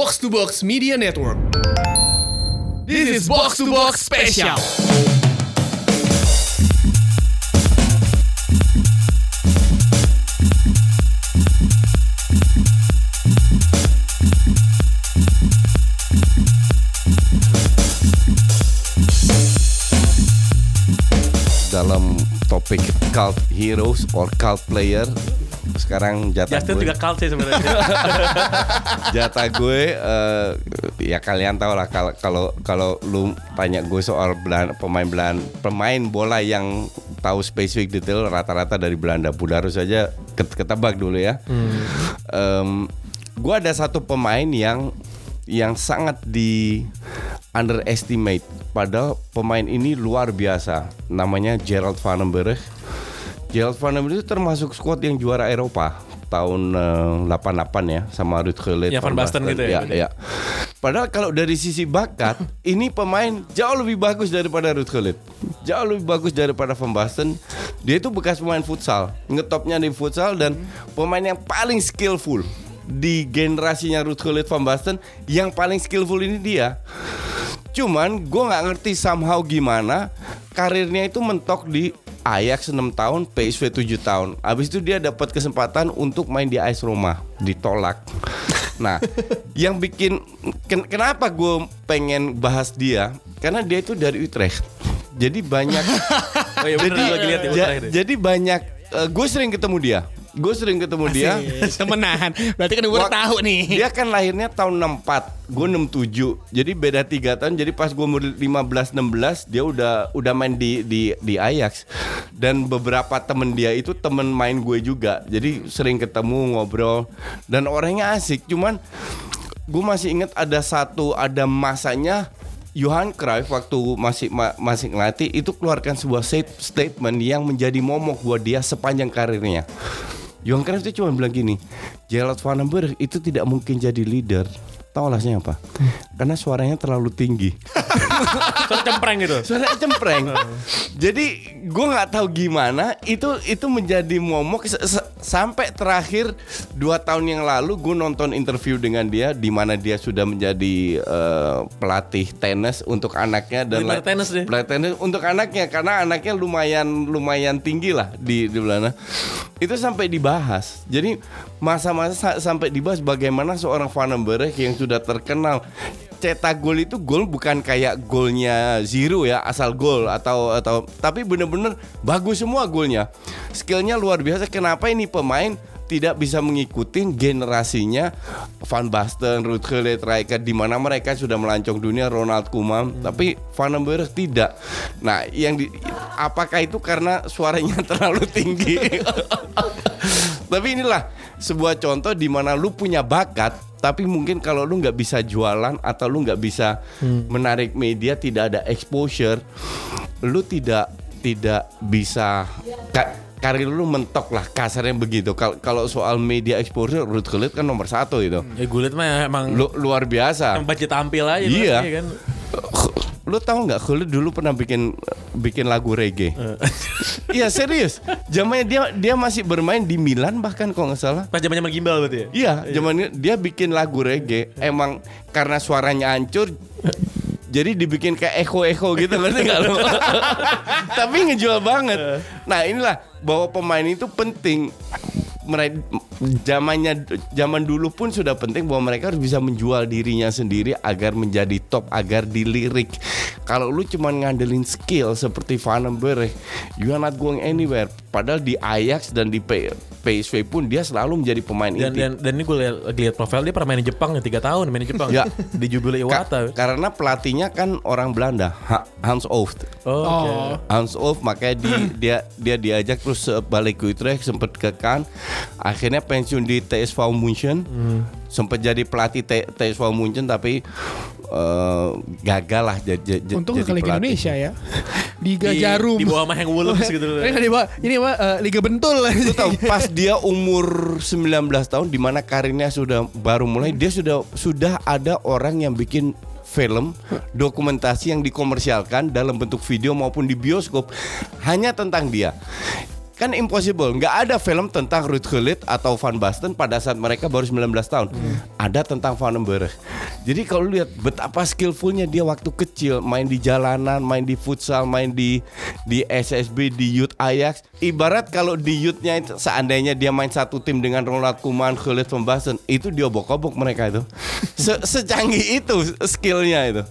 Box to Box Media Network. This is Box to Box Special. Dalam topik cult heroes or cult player, sekarang jatah Justin gue juga cult sih sebenarnya. jatah gue ya kalian tahu lah kalau lu tanya gue soal pemain bola yang tahu spesifik detail rata-rata dari Belanda. Budaru saja ketebak dulu ya. Gue ada satu pemain yang sangat di underestimate, padahal pemain ini luar biasa. Namanya Gerald van den Berg. Gerald van den Berg itu termasuk skuad yang juara Eropa tahun 88 ya, sama Ruud Gullit, Ya Van Basten gitu ya. Ya. Padahal kalau dari sisi bakat, ini pemain jauh lebih bagus daripada Ruud Gullit, jauh lebih bagus daripada Van Basten. Dia itu bekas pemain futsal, ngetopnya di futsal dan pemain yang paling skillful di generasinya Ruud Gullit, Van Basten. Yang paling skillful ini dia. Cuman gue gak ngerti somehow gimana karirnya itu mentok di Ajax 6 tahun, PSV 7 tahun. Abis itu dia dapat kesempatan untuk main di AS Roma, ditolak. Nah, yang bikin kenapa gue pengen bahas dia, karena dia itu dari Utrecht. Jadi banyak jadi banyak gue sering ketemu dia. Temenan. Berarti kan gue tahu nih. Dia kan lahirnya tahun 64, gue 67. Jadi beda 3 tahun. Jadi pas gue umur 15-16 dia udah main di Ajax. Dan beberapa temen dia itu temen main gue juga. Jadi sering ketemu, ngobrol, dan orangnya asik. Cuman gue masih ingat ada masanya Johan Cruyff waktu masih ngelatih itu keluarkan sebuah statement yang menjadi momok buat dia sepanjang karirnya. Johan Cruyff itu cuma bilang gini, Gerald van den Berg itu tidak mungkin jadi leader. Tahu alasannya apa? Karena suaranya terlalu tinggi. Suara cempreng gitu. Suaranya cempreng. Jadi gue nggak tahu gimana itu menjadi momok sampai terakhir 2 tahun yang lalu gue nonton interview dengan dia di mana dia sudah menjadi pelatih tenis untuk anaknya dan pelatih tenis untuk anaknya karena anaknya lumayan tinggi lah di Belanda. Itu sampai dibahas. Jadi masa-masa sampai dibahas bagaimana seorang Van den Berg yang sudah terkenal cetak gol itu gol bukan kayak golnya Zero ya, asal gol atau tapi bener-bener bagus semua golnya. Skillnya luar biasa. Kenapa ini pemain tidak bisa mengikuti generasinya Van Basten, Ruud Gullit, Rijkaard di mana mereka sudah melancong dunia, Ronald Koeman, tapi Van den Berg tidak. Nah, apakah itu karena suaranya terlalu tinggi? Tapi inilah sebuah contoh di mana lu punya bakat, tapi mungkin kalau lu nggak bisa jualan atau lu nggak bisa menarik media, tidak ada exposure, lu tidak bisa karir lu mentok lah, kasarnya begitu. Kalau soal media exposure, Ruud Gullit kan nomor 1 itu. Ya Gullit mah emang luar biasa. Yang baca tampil aja. Iya kan. Lu tahu nggak Gullit dulu pernah bikin lagu reggae? Iya serius. Zamannya dia masih bermain di Milan bahkan kalau nggak salah. Pas zamannya gimbal berarti ya? Iya, zamannya dia bikin lagu reggae. Emang karena suaranya hancur, jadi dibikin kayak echo gitu, ngerti nggak lo? Tapi ngejual banget. Nah inilah bahwa pemain itu penting. Zaman dulu pun sudah penting bahwa mereka harus bisa menjual dirinya sendiri agar menjadi top, agar dilirik. Kalau lu cuma ngandelin skill seperti Van den Berg, you are not going anywhere. Padahal di Ajax dan di PSV pun dia selalu menjadi pemain inti. Dan ini gue lihat profil dia pernah main di Jepang 3 tahun main di Jepang. Ya. Di Jubilee Iwata. Karena pelatihnya kan orang Belanda, Hans Ooft. Okay. Hans Ooft, makanya dia diajak terus balik ke Utrecht, sempat ke Cannes, akhirnya pensiun di TSV München. Sempat jadi pelatih TSV München tapi gagal lah jadi untung ke Liga pelatih. Indonesia ya. Liga Jarum. Di bawah Maheng Wolves gitu. Ini Liga Bentul. Lu tahu pas dia umur 19 tahun di mana karirnya sudah baru mulai, dia sudah ada orang yang bikin film dokumentasi yang dikomersialkan dalam bentuk video maupun di bioskop hanya tentang dia. kan impossible. Nggak ada film tentang Ruud Gullit atau Van Basten pada saat mereka baru 19 tahun. Ada tentang Van den Berg. Jadi kalau lihat betapa skillfulnya dia waktu kecil, main di jalanan, main di futsal, main di SSB, di Youth Ajax. Ibarat kalau di Youth-nya itu seandainya dia main satu tim dengan Ronald Koeman, Gullit, Van Basten, itu diobok-obok mereka itu. Secanggih itu skillnya itu.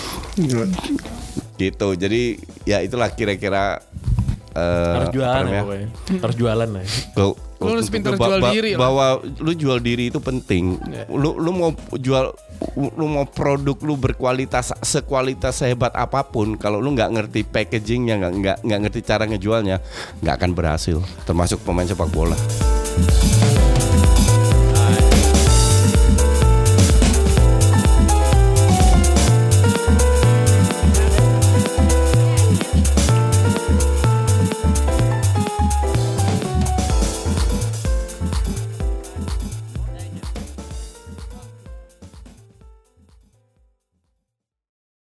Gitu. Jadi ya itulah kira-kira Harus jualan apa ya namanya? pokoknya. Harus jualan lah. Lu harus pintar jual diri lah. Bahwa lu jual diri itu penting. Lu mau jual, lu mau produk lu berkualitas, sekualitas sehebat apapun, kalau lu nggak ngerti packagingnya, nggak ngerti cara ngejualnya, nggak akan berhasil. Termasuk pemain sepak bola.